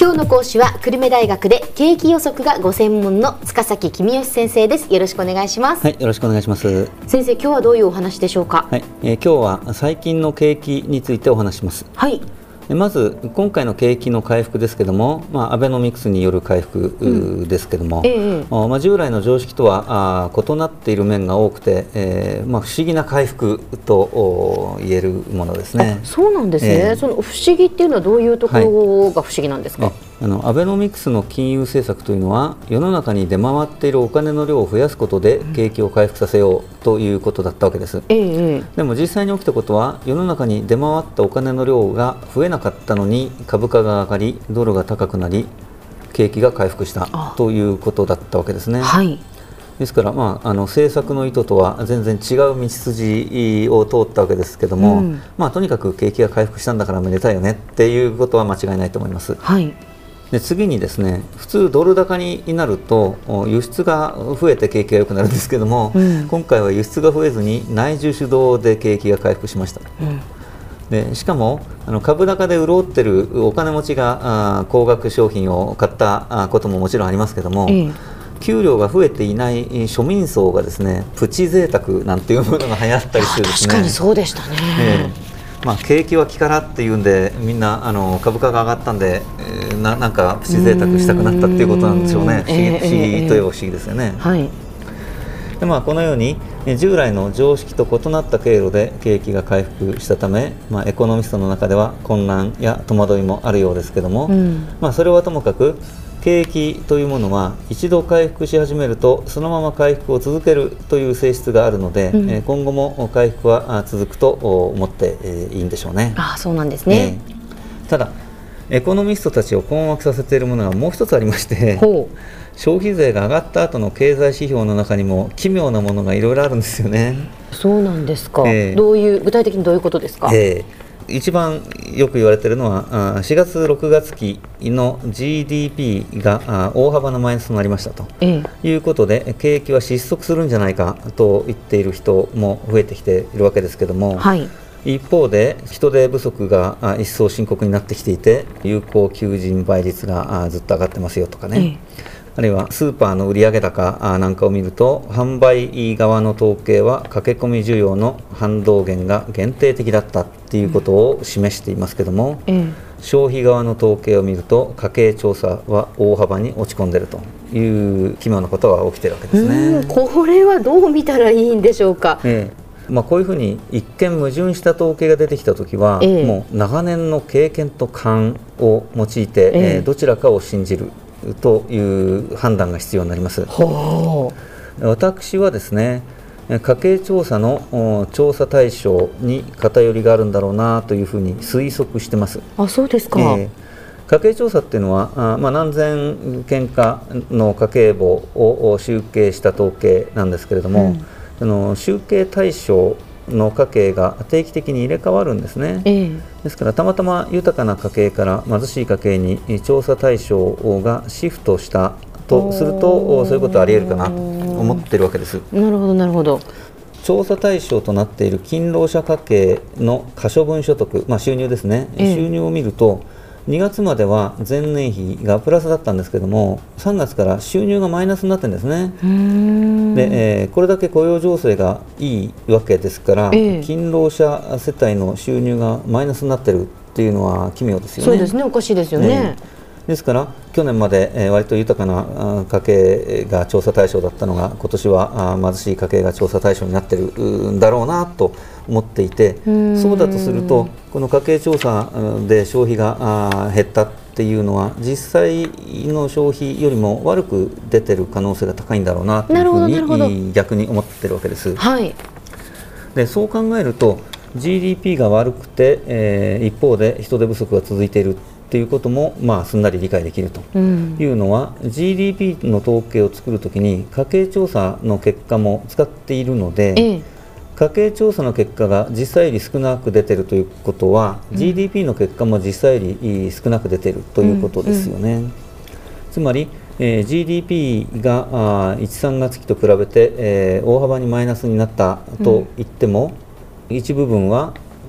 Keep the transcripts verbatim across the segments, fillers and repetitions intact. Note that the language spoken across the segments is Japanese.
今日の講師は久留米大学で景気予測がご専門の塚崎公義先生です。よろしくお願いします。 はい、よろしくお願いします。 先生、今日はどういうお話でしょうか。 はい、えー、今日は最近の景気についてお話します。 はい。 まず今回の景気の回復ですけども、まあ、アベノミクスによる回復、うん、ですけども、ええまあ、従来の常識とはあ異なっている面が多くて、えーまあ、不思議な回復と言えるものですね。 そうなんですね、えー、その不思議っていうのはどういうところが不思議なんですか。はい、 あのアベノミクスの金融政策というのは世の中に出回っているお金の量を増やすことで景気を回復させようということだったわけです。ええ、でも実際に起きたことは世の中に出回ったお金の量が増えなかったのに株価が上がりドルが高くなり景気が回復したということだったわけですね。はい、ですから、まあ、あの政策の意図とは全然違う道筋を通ったわけですけども、うんまあ、とにかく景気が回復したんだからめでたいよねっていうことは間違いないと思います。はい、で次にですね、普通ドル高になると輸出が増えて景気が良くなるんですけども、うん、今回は輸出が増えずに内需主導で景気が回復しました。うんでしかもあの株高で潤ってるお金持ちがあ高額商品を買ったことももちろんありますけども、ええ、給料が増えていない庶民層がですねプチ贅沢なんていうものが流行ったりしてですね。 確かにそうでしたね。ええまあ、景気は気からっていうんでみんなあの株価が上がったんで、えー、な, なんかプチ贅沢したくなったっていうことなんでしょうね。不思議、不思議といえば不思議ですよね。はいでまあ、このように従来の常識と異なった経路で景気が回復したため、まあ、エコノミストの中では混乱や戸惑いもあるようですけども、うんまあ、それはともかく景気というものは一度回復し始めるとそのまま回復を続けるという性質があるので、うん、今後も回復は続くと思っていいんでしょうね。 あ、そうなんですね。 えー、ただエコノミストたちを困惑させているものがもう一つありまして消費税が上がった後の経済指標の中にも奇妙なものがいろいろあるんですよね。 そうなんですか、えー、どういう具体的にどういうことですか。 えー、一番よく言われているのはしがつろくがつ期の ジーディーピー が大幅なマイナスとなりましたと、えー、いうことで景気は失速するんじゃないかと言っている人も増えてきているわけですけども、はい一方で人手不足が一層深刻になってきていて有効求人倍率がずっと上がってますよとかね、ええ、あるいはスーパーの売上高なんかを見ると販売側の統計は駆け込み需要の反動減が限定的だったっていうことを示していますけども、ええ、消費側の統計を見ると家計調査は大幅に落ち込んでいるという奇妙なことが起きているわけですね。 うんこれはどう見たらいいんでしょうか。ええまあ、こういうふうに一見矛盾した統計が出てきたときは、ええ、もう長年の経験と勘を用いて、ええ、どちらかを信じるという判断が必要になります。私はですね家計調査の調査対象に偏りがあるんだろうなというふうに推測してます。 あ、そうですか。えー、家計調査っていうのはあ、まあ、何千件かの家計簿を集計した統計なんですけれども、うんあの集計対象の家計が定期的に入れ替わるんですね。ええ、ですからたまたま豊かな家計から貧しい家計に調査対象がシフトしたとするとそういうことはあり得るかなと思っているわけです。 なるほどなるほど。 調査対象となっている勤労者家計の可処分所得、まあ、収入ですね、ええ、収入を見るとにがつまでは前年比がプラスだったんですけどもさんがつから収入がマイナスになってるんですね。うーんで、えー、これだけ雇用情勢がいいわけですから、ええ、勤労者世帯の収入がマイナスになってるっていうのは奇妙ですよね。 そうですね、おかしいですよね。ねですから去年まで、えー、割と豊かな家計が調査対象だったのが今年は貧しい家計が調査対象になってるんだろうなと思っていて、そうだとするとこの家計調査で消費が減ったっていうのは実際の消費よりも悪く出てる可能性が高いんだろうなというふうに逆に思ってるわけです。はい、でそう考えると ジーディーピー が悪くて、えー、一方で人手不足が続いているということも、まあ、すんなり理解できるというのは、うん、ジーディーピー の統計を作るときに家計調査の結果も使っているので、ええ、家計調査の結果が実際より少なく出ているということは、うん、ジーディーピー の結果も実際より少なく出ているということですよね。うんうん、つまり、えー、ジーディーピー がいち、さんがつ期と比べて、えー、大幅にマイナスになったと言っても、うん、一部分は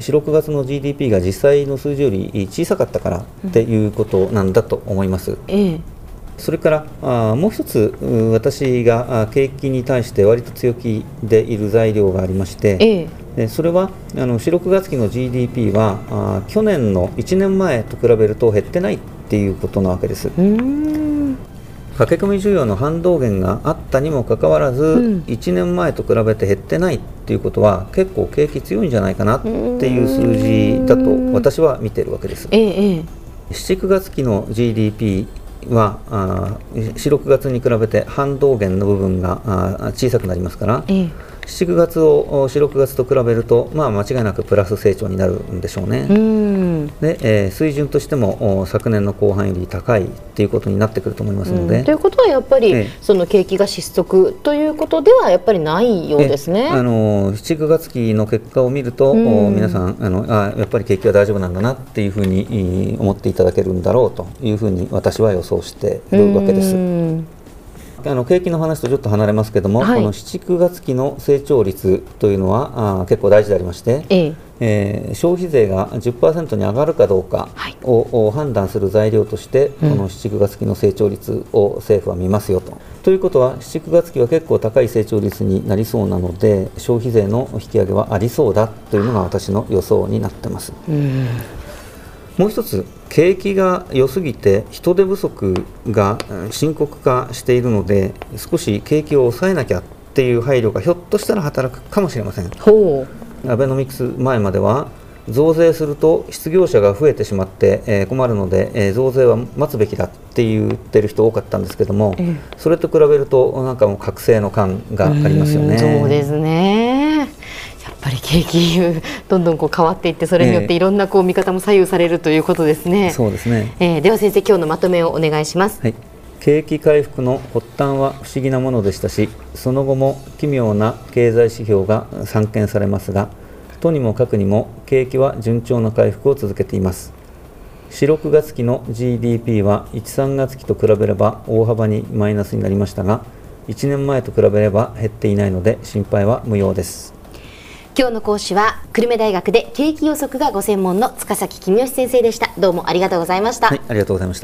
よん、ろくがつの ジーディーピー が実際の数字より小さかったからっていうことなんだと思います。うんええ、それからあもう一つ私が景気に対して割と強気でいる材料がありまして、ええ、でそれはあのよん、ろくがつ期の ジーディーピー はあ去年のいちねんまえと比べると減ってないっていうことなわけです。うーん駆け込み需要の反動減があったにもかかわらず、うん、いちねんまえと比べて減ってないっていうことは結構景気強いんじゃないかなっていう数字だと私は見ているわけです。ええ、しち、くがつ期の ジーディーピーはあよん、ろくがつに比べて反動減の部分があ小さくなりますから、ええ、しち、くがつをよん、ろくがつと比べると、まあ、間違いなくプラス成長になるんでしょうね。うんで、えー、水準としても昨年の後半より高いということになってくると思いますので、うん、 ということはやっぱり、ええ、その景気が失速ということではやっぱりないようですね。 あのしち、くがつ期の結果を見ると、うん、皆さんあのあやっぱり景気は大丈夫なんだなっていうふうに思っていただけるんだろうというふうに私は予想しているわけです。うんあの景気の話とちょっと離れますけども、はい、このしち、くがつ期の成長率というのはあ結構大事でありまして、えええー、消費税が じゅっパーセント に上がるかどうかを、はい、判断する材料として、うん、このしち、くがつ期の成長率を政府は見ますよと。ということはしち、くがつ期は結構高い成長率になりそうなので消費税の引き上げはありそうだというのが私の予想になってます。うんもう一つ景気が良すぎて人手不足が深刻化しているので少し景気を抑えなきゃっていう配慮がひょっとしたら働くかもしれません。ほうアベノミクス前までは増税すると失業者が増えてしまって、えー、困るので、えー、増税は待つべきだって言ってる人多かったんですけども、えー、それと比べるとなんかもう覚醒の感がありますよね。 そうですねやっぱり景気どんどんこう変わっていってそれによっていろんなこう見方も左右されるということですね。 えー、そうですね、 えー、では先生今日のまとめをお願いします。 はい、景気回復の発端は不思議なものでしたしその後も奇妙な経済指標が散見されますがとにもかくにも景気は順調な回復を続けています。よん、ろくがつ期の ジーディーピー はいち、さんがつ期と比べれば大幅にマイナスになりましたがいちねんまえと比べれば減っていないので心配は無用です。 今日の講師は久留米大学で景気予測がご専門の塚崎公義先生でした。どうもありがとうございました。 はい、ありがとうございました。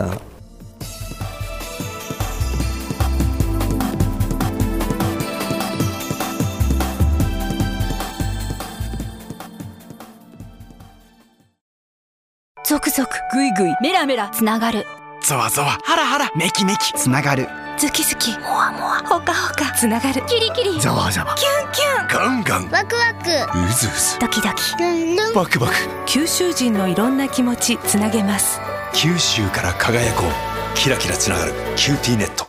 ゾクゾクグイグイメラメラつながるゾワゾワハラハラメキメキつながるズキズキモワモワホカホカつながるキリキリザワザワキュンキュンガンガンワクワクウズウズドキドキルンルンバクバク九州人のいろんな気持ちつなげます。 九州から輝こうキラキラつながるキューティーネット。